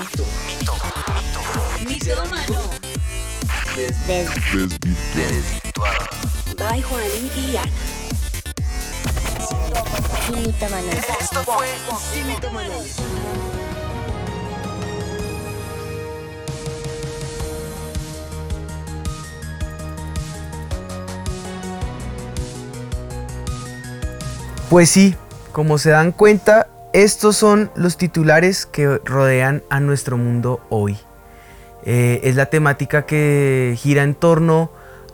Mitómano. Desvirtuado. By Juaní y Ana. Mitómanos. Esto fue Mitómanos. Pues sí, como se dan cuenta, estos son los titulares que rodean a nuestro mundo hoy. Es la temática que gira en torno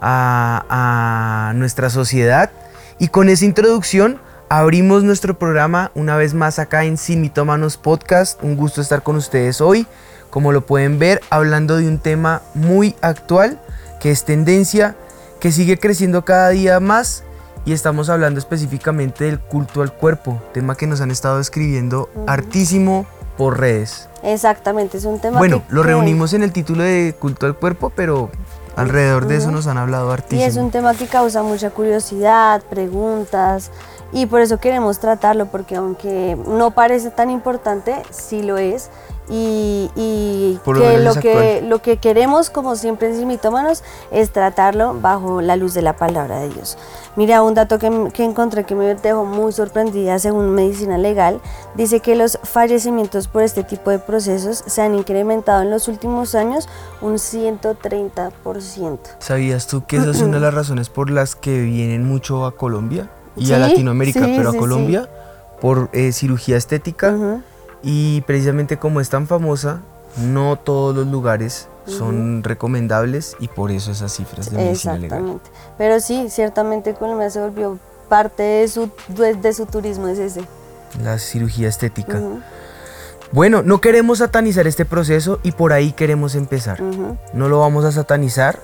a nuestra sociedad, y con esa introducción abrimos nuestro programa una vez más acá en Sin Mitómanos Podcast. Un gusto estar con ustedes hoy, como lo pueden ver, hablando de un tema muy actual, que es tendencia, que sigue creciendo cada día más. Y estamos hablando específicamente del culto al cuerpo, tema que nos han estado escribiendo hartísimo por redes. Exactamente, es un tema lo reunimos en el título de culto al cuerpo, pero alrededor de eso nos han hablado hartísimo. Y es un tema que causa mucha curiosidad, preguntas, y por eso queremos tratarlo, porque aunque no parece tan importante, sí lo es. Y Por que lo que queremos, como siempre en Sin Mitómanos, es tratarlo bajo la luz de la palabra de Dios. Mira, un dato que encontré que me dejó muy sorprendida. Según Medicina Legal, dice que los fallecimientos por este tipo de procesos se han incrementado en los últimos años un 130%. ¿Sabías tú que esa es una de las razones por las que vienen mucho a Colombia y Sí, a Latinoamérica, sí, pero a sí, Colombia por cirugía estética? Ujú. Y precisamente como es tan famosa, no todos los lugares son recomendables, y por eso esas cifras de medicina legal. Exactamente. Pero sí, ciertamente Colombia se volvió parte de su turismo, es ese. La cirugía estética. Ujú, Bueno, no queremos satanizar este proceso y por ahí queremos empezar. ujú. No lo vamos a satanizar,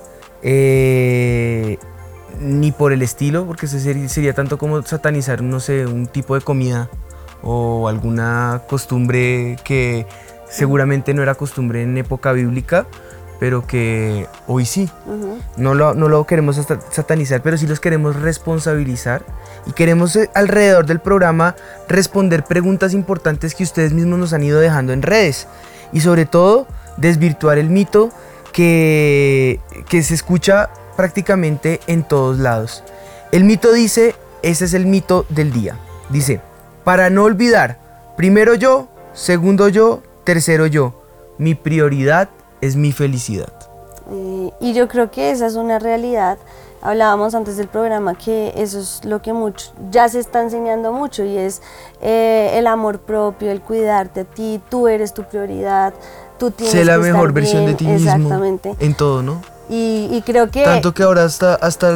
ni por el estilo, porque eso sería tanto como satanizar, no sé, un tipo de comida o alguna costumbre que seguramente no era costumbre en época bíblica, pero que hoy sí. Ujú. No lo queremos satanizar, pero sí los queremos responsabilizar, y queremos alrededor del programa responder preguntas importantes que ustedes mismos nos han ido dejando en redes, y sobre todo desvirtuar el mito que se escucha prácticamente en todos lados. El mito dice, ese es el mito del día, dice: para no olvidar, primero yo, segundo yo, tercero yo, mi prioridad es mi felicidad. Y yo creo que esa es una realidad. Hablábamos antes del programa que eso es lo que ya se está enseñando mucho, y es el amor propio, el cuidarte a ti. Tú eres tu prioridad, tú tienes Sé la que mejor estar versión bien. de ti mismo. Exactamente. En todo, ¿no? Y creo que Tanto que ahora hasta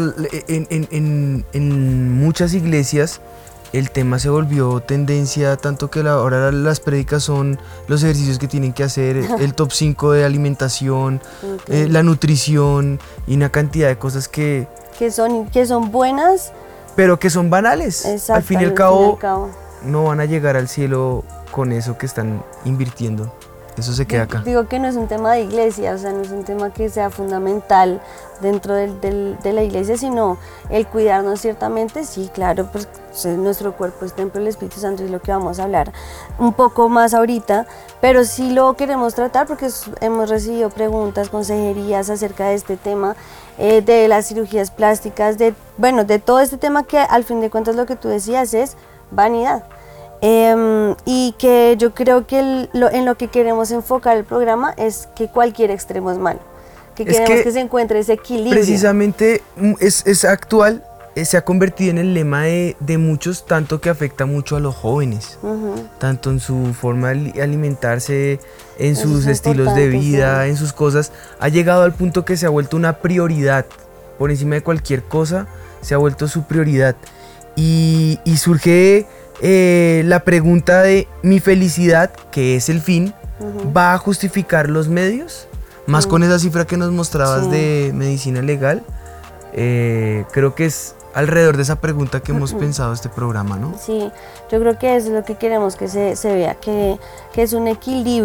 en muchas iglesias el tema se volvió tendencia, tanto que ahora las prédicas son los ejercicios que tienen que hacer, el top 5 de alimentación, Okay. La nutrición y una cantidad de cosas que son buenas. pero que son banales. Exacto, Al fin y al cabo no van a llegar al cielo con eso que están invirtiendo. Eso se queda acá. Digo que no es un tema de iglesia, o sea, no es un tema que sea fundamental dentro de la iglesia, sino el cuidarnos ciertamente. Sí, claro, pues nuestro cuerpo es templo del Espíritu Santo, y es lo que vamos a hablar un poco más ahorita, pero sí lo queremos tratar porque hemos recibido preguntas, consejerías acerca de este tema, de las cirugías plásticas, de todo este tema que al fin de cuentas lo que tú decías es vanidad. Y que yo creo que en lo que queremos enfocar el programa es que cualquier extremo es malo, que queremos que se encuentre ese equilibrio. Precisamente es actual, se ha convertido en el lema de muchos, tanto que afecta mucho a los jóvenes, tanto en su forma de alimentarse, en sus estilos de vida, en sus cosas. Ha llegado al punto que se ha vuelto una prioridad, por encima de cualquier cosa, se ha vuelto su prioridad. Y surge la pregunta de mi felicidad, que es el fin, ¿va a justificar los medios? Más con esa cifra que nos mostrabas de medicina legal, creo que es alrededor de esa pregunta que hemos pensado este programa, ¿no? Sí, yo creo que eso es lo que queremos que se vea, que es un equilibrio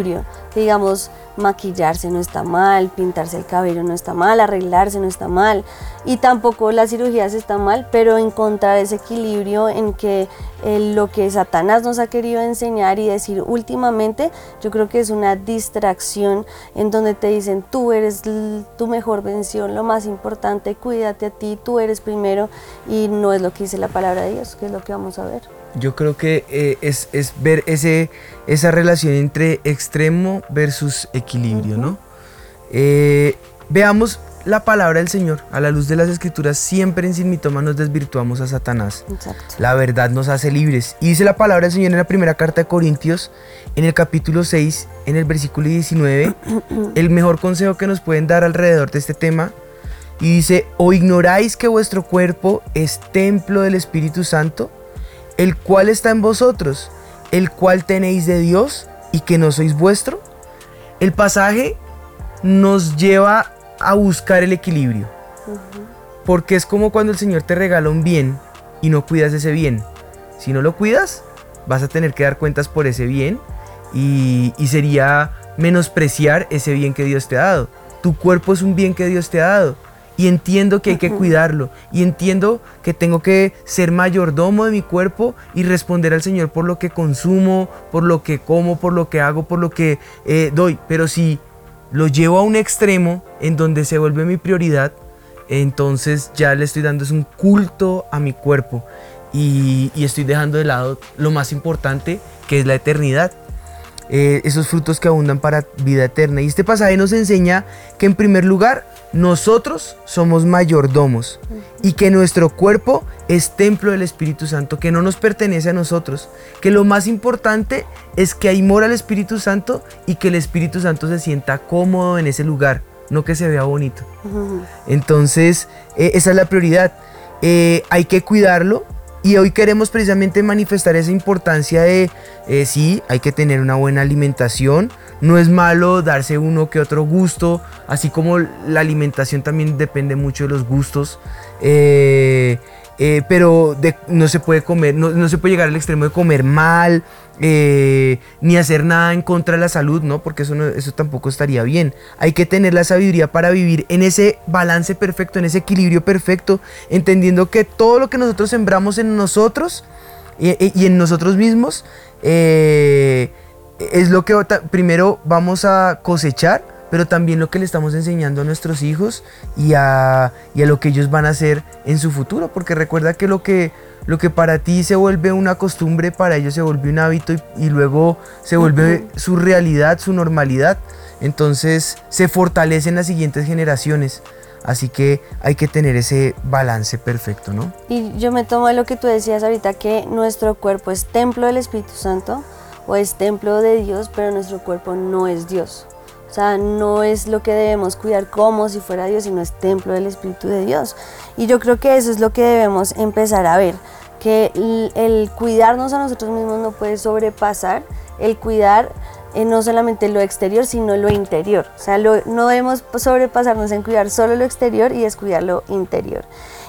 que digamos maquillarse no está mal, pintarse el cabello no está mal, arreglarse no está mal y tampoco las cirugías están mal, pero encontrar ese equilibrio en que lo que Satanás nos ha querido enseñar y decir últimamente, yo creo que es una distracción en donde te dicen tú eres tu mejor versión, lo más importante, cuídate a ti, tú eres primero y no es lo que dice la palabra de Dios, que es lo que vamos a ver. Yo creo que es ver esa relación entre extremo versus equilibrio, ¿no? Veamos la palabra del Señor. A la luz de las Escrituras, siempre en Sin Mitoma nos desvirtuamos a Satanás. Exacto. La verdad nos hace libres. Y dice la palabra del Señor en la primera carta de Corintios, en el capítulo 6, en el versículo 19, el mejor consejo que nos pueden dar alrededor de este tema. Y dice, ¿o ignoráis que vuestro cuerpo es templo del Espíritu Santo, el cual está en vosotros, el cual tenéis de Dios y que no sois vuestro? El pasaje nos lleva a buscar el equilibrio, porque es como cuando el Señor te regala un bien y no cuidas ese bien. Si no lo cuidas, vas a tener que dar cuentas por ese bien y sería menospreciar ese bien que Dios te ha dado. Tu cuerpo es un bien que Dios te ha dado. Y entiendo que hay que cuidarlo. Y entiendo que tengo que ser mayordomo de mi cuerpo y responder al Señor por lo que consumo, por lo que como, por lo que hago, por lo que doy. Pero si lo llevo a un extremo en donde se vuelve mi prioridad, entonces ya le estoy dando un culto a mi cuerpo. Y estoy dejando de lado lo más importante, que es la eternidad. Esos frutos que abundan para vida eterna. Y este pasaje nos enseña que en primer lugar nosotros somos mayordomos y que nuestro cuerpo es templo del Espíritu Santo, que no nos pertenece a nosotros, que lo más importante es que hay mora al Espíritu Santo y que el Espíritu Santo se sienta cómodo en ese lugar, no que se vea bonito. Entonces esa es la prioridad. Hay que cuidarlo. Y hoy queremos precisamente manifestar esa importancia de, sí, hay que tener una buena alimentación. No es malo darse uno que otro gusto, así como la alimentación también depende mucho de los gustos. Pero no se puede comer, no se puede llegar al extremo de comer mal, ni hacer nada en contra de la salud, ¿no? Porque eso tampoco estaría bien. Hay que tener la sabiduría para vivir en ese balance perfecto, en ese equilibrio perfecto, entendiendo que todo lo que nosotros sembramos en nosotros y en nosotros mismos es lo que primero vamos a cosechar, pero también lo que le estamos enseñando a nuestros hijos y a lo que ellos van a hacer en su futuro, porque recuerda que lo que para ti se vuelve una costumbre, para ellos se vuelve un hábito y luego se vuelve su realidad, su normalidad. Entonces se fortalecen las siguientes generaciones. Así que hay que tener ese balance perfecto, ¿no? Y yo me tomo de lo que tú decías ahorita, que nuestro cuerpo es templo del Espíritu Santo o es templo de Dios, pero nuestro cuerpo no es Dios. O sea, no es lo que debemos cuidar como si fuera Dios, sino es templo del Espíritu de Dios. Y yo creo que eso es lo que debemos empezar a ver, que el cuidarnos a nosotros mismos no puede sobrepasar el cuidar no solamente lo exterior, sino lo interior. O sea, no debemos sobrepasarnos en cuidar solo lo exterior y descuidar lo interior.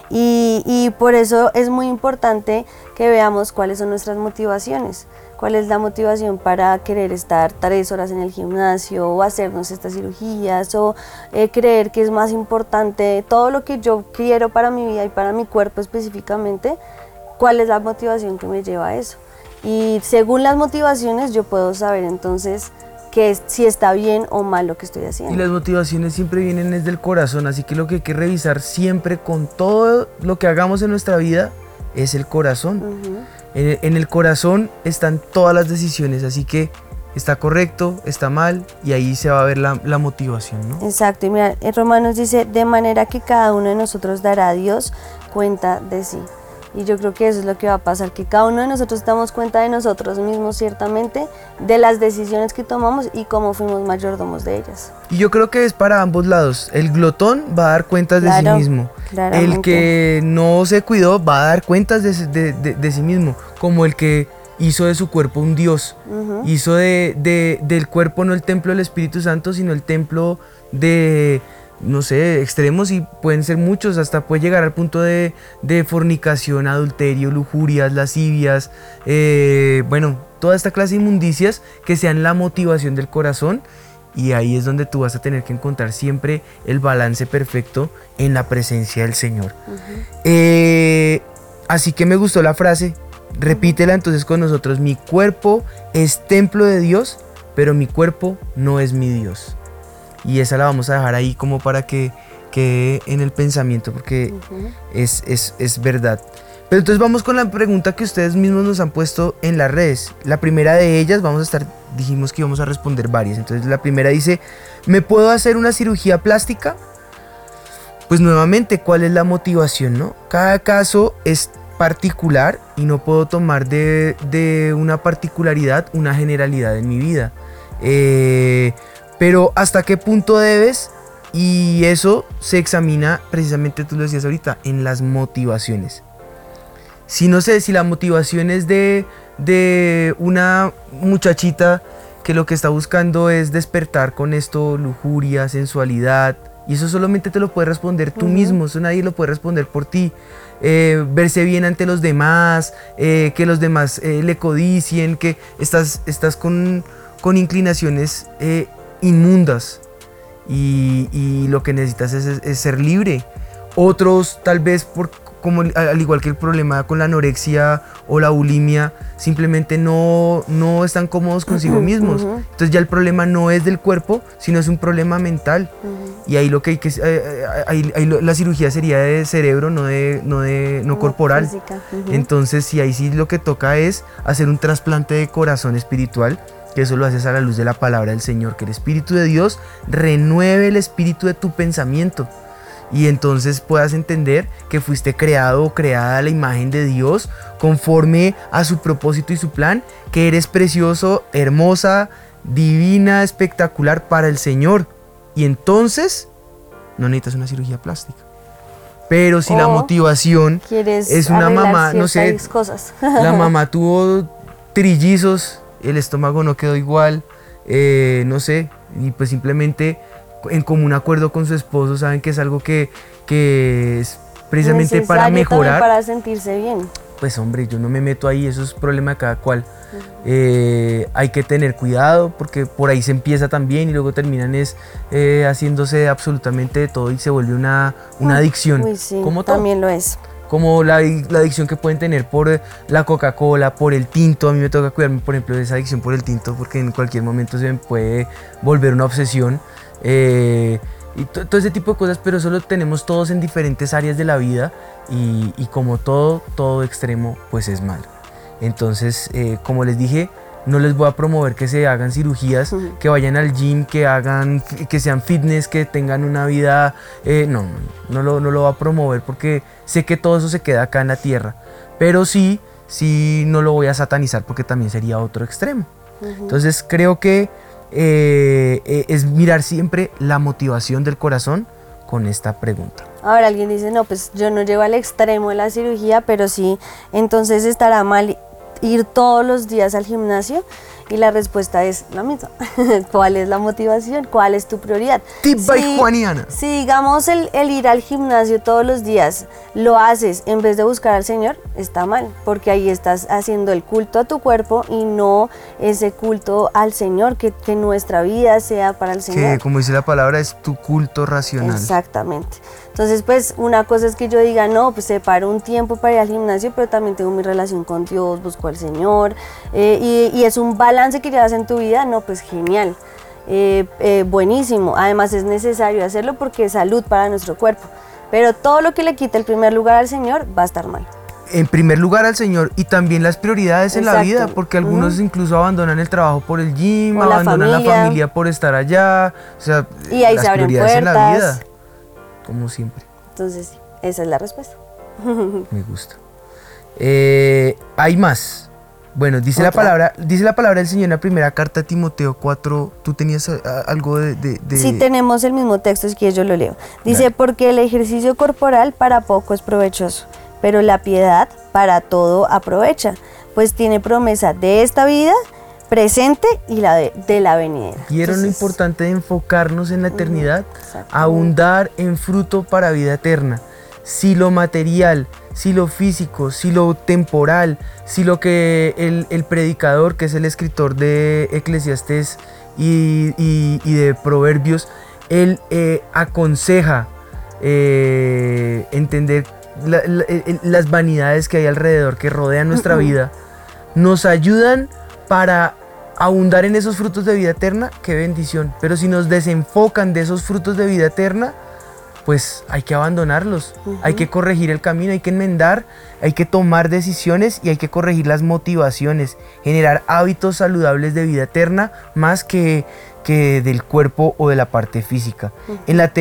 Y por eso es muy importante que veamos cuáles son nuestras motivaciones. ¿Cuál es la motivación para querer estar 3 horas en el gimnasio o hacernos estas cirugías o creer que es más importante todo lo que yo quiero para mi vida y para mi cuerpo específicamente? ¿Cuál es la motivación que me lleva a eso? Y según las motivaciones yo puedo saber entonces si está bien o mal lo que estoy haciendo. Y las motivaciones siempre vienen desde el corazón, así que lo que hay que revisar siempre con todo lo que hagamos en nuestra vida es el corazón. En el corazón están todas las decisiones, así que está correcto, está mal, y ahí se va a ver la motivación, ¿no? Exacto, y mira, en Romanos dice, de manera que cada uno de nosotros dará a Dios cuenta de sí. Y yo creo que eso es lo que va a pasar, que cada uno de nosotros damos cuenta de nosotros mismos ciertamente, de las decisiones que tomamos y cómo fuimos mayordomos de ellas. Y yo creo que es para ambos lados. El glotón va a dar cuentas de sí mismo. Claramente. El que no se cuidó va a dar cuentas de sí mismo, como el que hizo de su cuerpo un Dios. Hizo del cuerpo no el templo del Espíritu Santo, sino el templo de no sé, extremos y pueden ser muchos, hasta puede llegar al punto de fornicación, adulterio, lujurias, lascivias, bueno, toda esta clase de inmundicias que sean la motivación del corazón. Y ahí es donde tú vas a tener que encontrar siempre el balance perfecto en la presencia del Señor. Así que me gustó la frase, repítela entonces con nosotros: mi cuerpo es templo de Dios, pero mi cuerpo no es mi Dios. Y esa la vamos a dejar ahí como para que quede en el pensamiento, porque es verdad. Pero entonces vamos con la pregunta que ustedes mismos nos han puesto en las redes. La primera de ellas, dijimos que íbamos a responder varias. Entonces la primera dice: ¿me puedo hacer una cirugía plástica? Pues nuevamente, ¿cuál es la motivación, no? Cada caso es particular y no puedo tomar de una particularidad una generalidad en mi vida. Pero ¿hasta qué punto debes? Y eso se examina precisamente, tú lo decías ahorita, en las motivaciones. Si no sé, si la motivación es de una muchachita que lo que está buscando es despertar con esto, lujuria, sensualidad, y eso solamente te lo puedes responder tú mismo, eso nadie lo puede responder por ti. Verse bien ante los demás, que los demás le codicien, que estás con inclinaciones inmundas, y lo que necesitas es ser libre. Otros tal vez como al igual que el problema con la anorexia o la bulimia, simplemente no están cómodos consigo mismos. Entonces ya el problema no es del cuerpo, sino es un problema mental. Y ahí lo que la cirugía sería de cerebro, no corporal. Entonces sí, ahí sí lo que toca es hacer un trasplante de corazón espiritual, que eso lo haces a la luz de la palabra del Señor, que el Espíritu de Dios renueve el espíritu de tu pensamiento. Y entonces puedas entender que fuiste creado o creada a la imagen de Dios conforme a su propósito y su plan, que eres precioso, hermosa, divina, espectacular para el Señor. Y entonces no necesitas una cirugía plástica. Pero si la motivación es una mamá, no sé, cosas. La mamá tuvo trillizos, el estómago no quedó igual, no sé, y pues simplemente en común acuerdo con su esposo saben que es algo que es precisamente necesario para mejorar, para sentirse bien. Pues hombre, yo no me meto ahí, eso es problema de cada cual. Hay que tener cuidado porque por ahí se empieza también y luego terminan haciéndose absolutamente de todo y se vuelve una adicción. Uy, sí, como todo. También lo es. Como la adicción que pueden tener por la Coca-Cola, por el tinto. A mí me toca cuidarme, por ejemplo, de esa adicción por el tinto, porque en cualquier momento se me puede volver una obsesión. Y todo ese tipo de cosas, pero eso lo tenemos todos en diferentes áreas de la vida, y como todo extremo pues es malo. Entonces, como les dije, no les voy a promover que se hagan cirugías, que vayan al gym, que sean fitness, que tengan una vida, no lo voy a promover porque sé que todo eso se queda acá en la tierra, pero sí no lo voy a satanizar porque también sería otro extremo. Entonces creo que es mirar siempre la motivación del corazón con esta pregunta. Ahora alguien dice, no, pues yo no llego al extremo de la cirugía, pero sí, entonces estará mal ir todos los días al gimnasio. Y la respuesta es la misma. ¿Cuál es la motivación? ¿Cuál es tu prioridad? Tip by Juaniana. Si digamos el ir al gimnasio todos los días lo haces en vez de buscar al Señor, está mal, porque ahí estás haciendo el culto a tu cuerpo y no ese culto al Señor, que nuestra vida sea para el Señor. Que como dice la palabra, es tu culto racional. Exactamente. Entonces, pues una cosa es que yo diga, no, pues separo un tiempo para ir al gimnasio, pero también tengo mi relación con Dios, busco al Señor, y es un balance que llevas en tu vida, no, pues genial, buenísimo. Además es necesario hacerlo porque es salud para nuestro cuerpo, pero todo lo que le quita el primer lugar al Señor va a estar mal. En primer lugar al Señor, y también las prioridades en la vida, porque algunos incluso abandonan el trabajo por el gym, abandonan la familia por estar allá, o sea, y ahí las se abren prioridades puertas. En la vida, como siempre. Entonces, sí, esa es la respuesta. Me gusta. Hay más. Bueno, dice la palabra del Señor en la primera carta a Timoteo 4. ¿Tú tenías algo de...? Sí, tenemos el mismo texto, es que yo lo leo. Dice, porque el ejercicio corporal para poco es provechoso, pero la piedad para todo aprovecha, pues tiene promesa de esta vida presente y la de la venidera. Y era lo Entonces, importante de enfocarnos en la eternidad, exactamente. abundar en fruto para vida eterna. Si lo material, si lo físico, si lo temporal, si lo que el predicador, que es el escritor de Eclesiastés y de Proverbios, él aconseja entender las vanidades que hay alrededor, que rodean nuestra vida, nos ayudan para abundar en esos frutos de vida eterna. Qué bendición. Pero si nos desenfocan de esos frutos de vida eterna, pues hay que abandonarlos, hay que corregir el camino, hay que enmendar, hay que tomar decisiones y hay que corregir las motivaciones, generar hábitos saludables de vida eterna más que del cuerpo o de la parte física. En la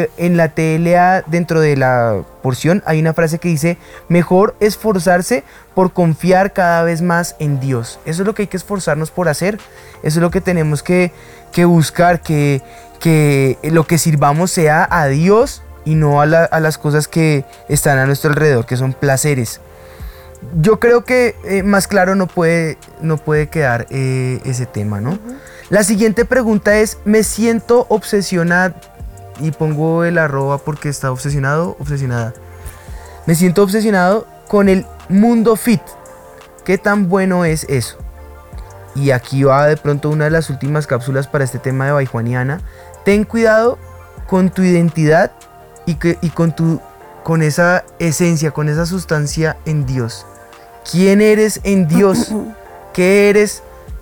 TLA, dentro de la porción, hay una frase que dice: mejor esforzarse por confiar cada vez más en Dios. Eso es lo que hay que esforzarnos por hacer, eso es lo que tenemos que buscar, que lo que sirvamos sea a Dios y no a las cosas que están a nuestro alrededor, que son placeres. Yo creo que más claro no puede quedar ese tema, ¿no? La siguiente pregunta es: me siento obsesionada, y pongo el @ porque está obsesionado, obsesionada. Me siento obsesionado con el mundo fit. ¿Qué tan bueno es eso? Y aquí va de pronto una de las últimas cápsulas para este tema de Baijuaniana. Ten cuidado con tu identidad y con esa esencia, con esa sustancia en Dios. ¿Quién eres en Dios? ¿Qué eres?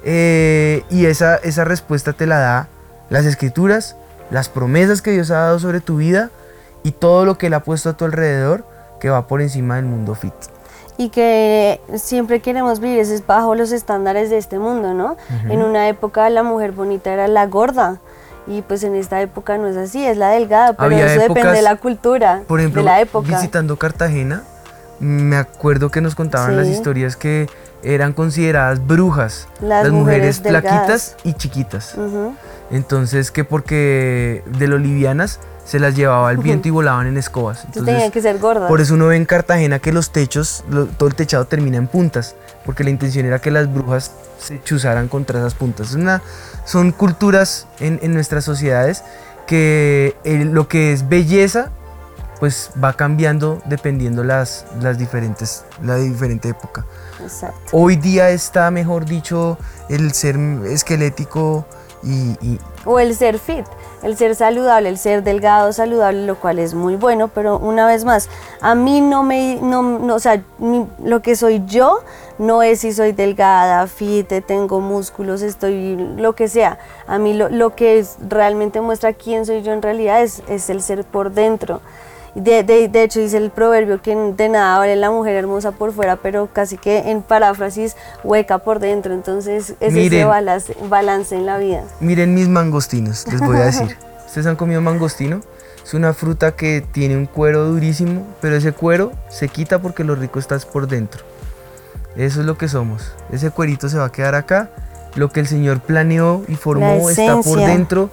Y esa respuesta te la da las Escrituras, las promesas que Dios ha dado sobre tu vida y todo lo que Él ha puesto a tu alrededor, que va por encima del mundo fit. Y que siempre queremos vivir es bajo los estándares de este mundo, ¿no? En una época la mujer bonita era la gorda, y pues en esta época no es así, es la delgada, pero Había eso depende épocas, de la cultura, por ejemplo, de la época. visitando Cartagena, me acuerdo que nos contaban Sí. las historias que eran consideradas brujas, las mujeres flaquitas delgadas y chiquitas. Ujú. Entonces, que porque de lo livianas se las llevaba el viento y volaban en escobas. Entonces tenían que ser gordas. por eso uno ve en Cartagena que los techos, todo el techado termina en puntas, porque la intención era que las brujas se chuzaran contra esas puntas. Son culturas en nuestras sociedades que lo que es belleza pues va cambiando dependiendo la diferente época. Exacto. Hoy día está, mejor dicho, el ser esquelético O el ser fit, el ser saludable, el ser delgado, saludable, lo cual es muy bueno, pero una vez más, a mí o sea, lo que soy yo no es si soy delgada, fit, tengo músculos, estoy lo que sea. A mí lo que realmente muestra quién soy yo en realidad es el ser por dentro. De hecho dice el proverbio que de nada vale la mujer hermosa por fuera, pero casi que en paráfrasis hueca por dentro. Entonces es ese balance en la vida. Miren mis mangostinos, les voy a decir. ¿Ustedes han comido mangostino? Es una fruta que tiene un cuero durísimo, pero ese cuero se quita porque lo rico está por dentro. Eso es lo que somos. Ese cuerito se va a quedar acá. Lo que el Señor planeó y formó está por dentro.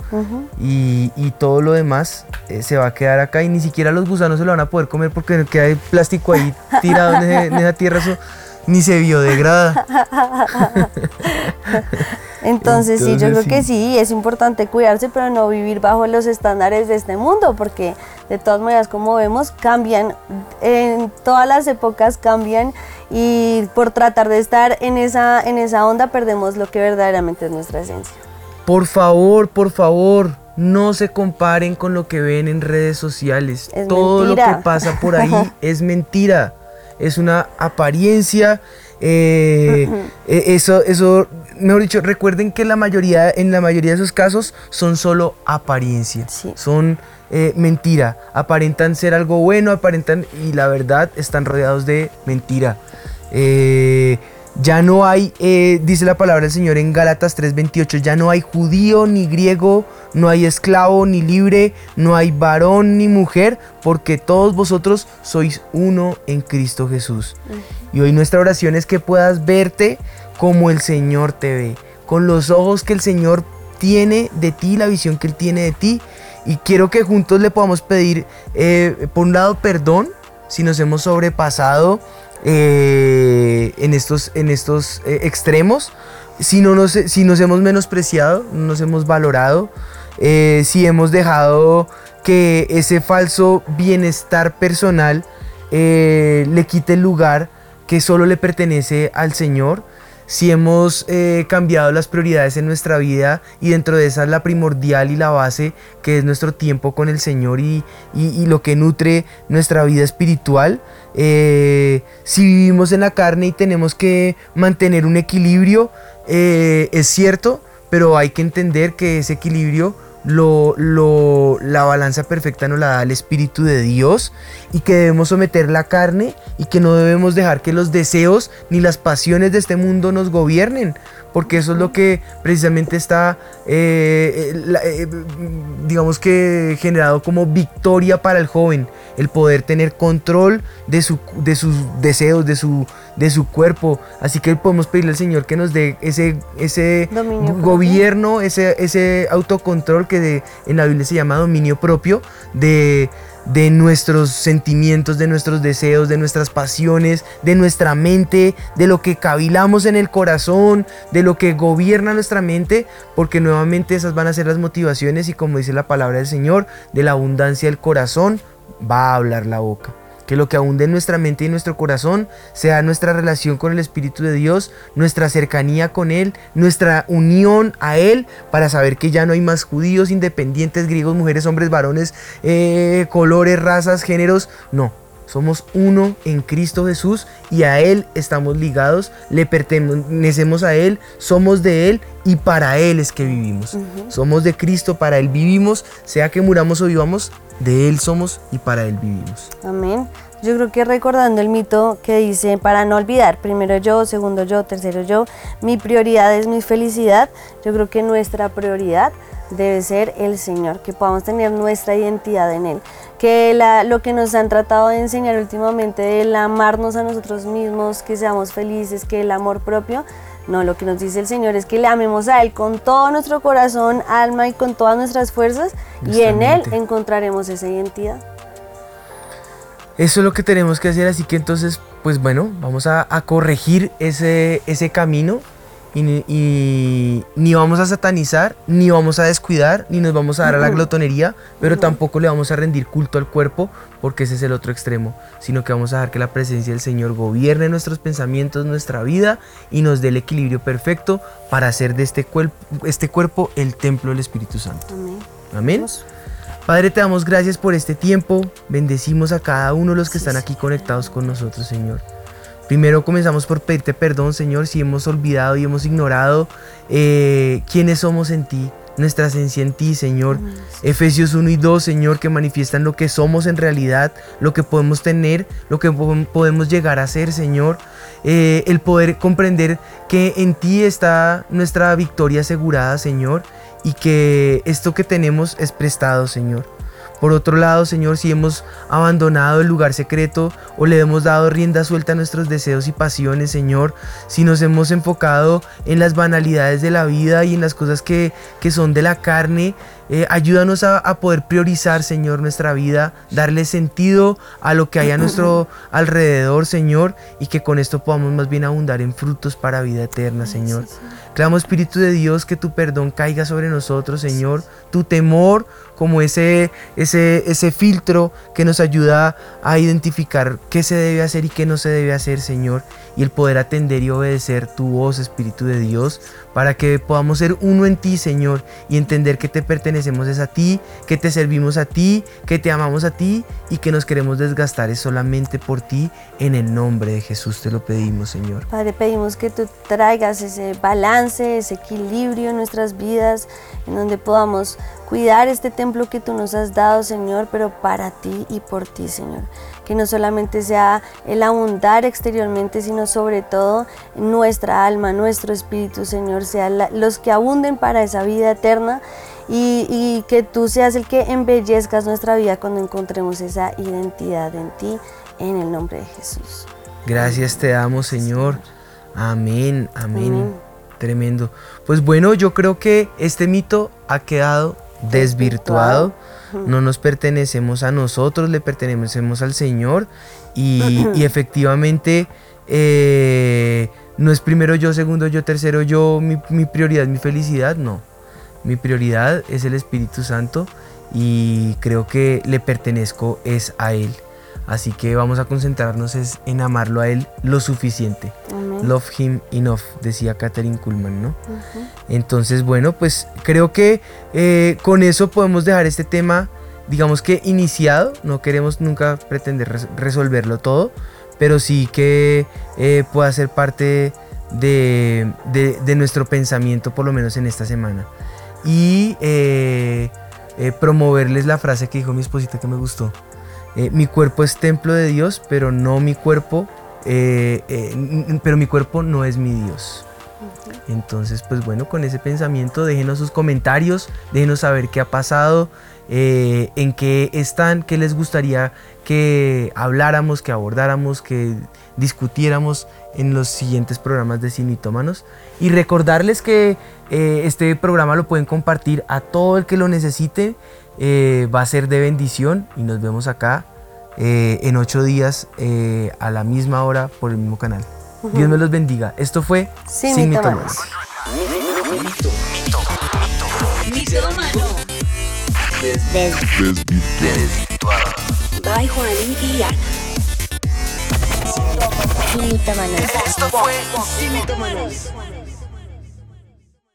Y todo lo demás se va a quedar acá, y ni siquiera los gusanos se lo van a poder comer porque queda el plástico ahí tirado en esa tierra, eso ni se biodegrada. Entonces sí, yo creo sí. que sí, es importante cuidarse, pero no vivir bajo los estándares de este mundo, porque de todas maneras, como vemos, cambian, en todas las épocas cambian, y por tratar de estar en esa onda perdemos lo que verdaderamente es nuestra esencia. Por favor, no se comparen con lo que ven en redes sociales. Es Todo mentira. lo que pasa por ahí es mentira. Es una apariencia. Eso, mejor dicho, recuerden que en la mayoría de esos casos son solo apariencia. Sí. Son mentira. Aparentan ser algo bueno, y la verdad están rodeados de mentira. Ya no hay, dice la palabra del Señor en Gálatas 3:28, ya no hay judío ni griego, no hay esclavo ni libre, no hay varón ni mujer, porque todos vosotros sois uno en Cristo Jesús. Y hoy nuestra oración es que puedas verte como el Señor te ve, con los ojos que el Señor tiene de ti, la visión que Él tiene de ti. Y quiero que juntos le podamos pedir, por un lado, perdón si nos hemos sobrepasado en estos extremos. si nos hemos menospreciado, no nos hemos valorado, si hemos dejado que ese falso bienestar personal le quite el lugar que solo le pertenece al Señor, si hemos cambiado las prioridades en nuestra vida y dentro de esa la primordial y la base que es nuestro tiempo con el Señor y lo que nutre nuestra vida espiritual, si vivimos en la carne y tenemos que mantener un equilibrio, es cierto, pero hay que entender que ese equilibrio la balanza perfecta nos la da el Espíritu de Dios y que debemos someter la carne y que no debemos dejar que los deseos ni las pasiones de este mundo nos gobiernen, porque eso es lo que precisamente está digamos que generado como victoria para el joven, el poder tener control de sus deseos, de su cuerpo. Así que podemos pedirle al Señor que nos dé ese gobierno, ese autocontrol que en la Biblia se llama dominio propio de nuestros sentimientos, de nuestros deseos, de nuestras pasiones, de nuestra mente, de lo que cavilamos en el corazón, de lo que gobierna nuestra mente, porque nuevamente esas van a ser las motivaciones y, como dice la palabra del Señor, de la abundancia del corazón va a hablar la boca. Que lo que abunde en nuestra mente y en nuestro corazón sea nuestra relación con el Espíritu de Dios, nuestra cercanía con Él, nuestra unión a Él, para saber que ya no hay más judíos, independientes, griegos, mujeres, hombres, varones, colores, razas, géneros. No, somos uno en Cristo Jesús y a Él estamos ligados, le pertenecemos a Él, somos de Él y para Él es que vivimos. Somos de Cristo, para Él vivimos, sea que muramos o vivamos, de Él somos y para Él vivimos. Amén. Yo creo que recordando el mito que dice, para no olvidar, primero yo, segundo yo, tercero yo, mi prioridad es mi felicidad. Yo creo que nuestra prioridad debe ser el Señor, que podamos tener nuestra identidad en Él. Que lo que nos han tratado de enseñar últimamente, el amarnos a nosotros mismos, que seamos felices, que el amor propio, no, lo que nos dice el Señor es que le amemos a Él con todo nuestro corazón, alma y con todas nuestras fuerzas, y en Él encontraremos esa identidad. Eso es lo que tenemos que hacer, así que entonces, pues bueno, vamos a corregir ese camino y ni vamos a satanizar, ni vamos a descuidar, ni nos vamos a dar a la glotonería, pero tampoco le vamos a rendir culto al cuerpo, porque ese es el otro extremo, sino que vamos a dejar que la presencia del Señor gobierne nuestros pensamientos, nuestra vida y nos dé el equilibrio perfecto para hacer de este cuerpo el templo del Espíritu Santo. Amén. Amén. Padre, te damos gracias por este tiempo, bendecimos a cada uno de los que están aquí conectados con nosotros, Señor. Primero comenzamos por pedirte perdón, Señor, si hemos olvidado y hemos ignorado quiénes somos en ti, nuestra esencia en ti, Señor. Efesios 1 y 2, Señor, que manifiestan lo que somos en realidad, lo que podemos tener, lo que podemos llegar a ser, Señor. El poder comprender que en ti está nuestra victoria asegurada, Señor, y que esto que tenemos es prestado, Señor. Por otro lado, Señor, si hemos abandonado el lugar secreto o le hemos dado rienda suelta a nuestros deseos y pasiones, Señor, si nos hemos enfocado en las banalidades de la vida y en las cosas que son de la carne, ayúdanos a poder priorizar, Señor, nuestra vida, darle sentido a lo que hay a nuestro alrededor, Señor, y que con esto podamos más bien abundar en frutos para vida eterna, Señor. Clamo, Espíritu de Dios, que tu perdón caiga sobre nosotros, Señor, tu temor como ese filtro que nos ayuda a identificar qué se debe hacer y qué no se debe hacer, Señor, y el poder atender y obedecer tu voz, Espíritu de Dios, para que podamos ser uno en ti, Señor, y entender que te pertenecemos es a ti, que te servimos a ti, que te amamos a ti y que nos queremos desgastar es solamente por ti. En el nombre de Jesús te lo pedimos, Señor. Padre, pedimos que tú traigas ese balance, ese equilibrio en nuestras vidas, en donde podamos cuidar este templo que tú nos has dado, Señor, pero para ti y por ti, Señor. Que no solamente sea el abundar exteriormente, sino sobre todo nuestra alma, nuestro espíritu, Señor, sean los que abunden para esa vida eterna y que tú seas el que embellezcas nuestra vida cuando encontremos esa identidad en ti, en el nombre de Jesús. Gracias te damos, Señor. Amén, amén. Amén. Tremendo. Pues bueno, yo creo que este mito ha quedado desvirtuado. No nos pertenecemos a nosotros, le pertenecemos al Señor y efectivamente no es primero yo, segundo yo, tercero yo, mi prioridad es mi felicidad, no. Mi prioridad es el Espíritu Santo y creo que le pertenezco es a Él. Así que vamos a concentrarnos en amarlo a Él lo suficiente. Amén. Love Him enough, decía Katherine Kuhlman, ¿no? Entonces, bueno, pues creo que con eso podemos dejar este tema, digamos que iniciado. No queremos nunca pretender resolverlo todo, pero sí que pueda ser parte de nuestro pensamiento, por lo menos en esta semana. Y promoverles la frase que dijo mi esposita que me gustó. Mi cuerpo es templo de Dios, pero no mi cuerpo, pero mi cuerpo no es mi Dios. Entonces, pues bueno, con ese pensamiento, déjenos sus comentarios, déjenos saber qué ha pasado, en qué están, qué les gustaría que habláramos, que abordáramos, que discutiéramos en los siguientes programas de Cinetómanos. Y recordarles que este programa lo pueden compartir a todo el que lo necesite. Va a ser de bendición y nos vemos acá en 8 días a la misma hora por el mismo canal. Dios me los bendiga. Esto fue Sin Mitómanos. Mitómano. Desvirtuado. By Juaní y Ana. Sin Mitómanos. Esto fue Sin Mitómanos.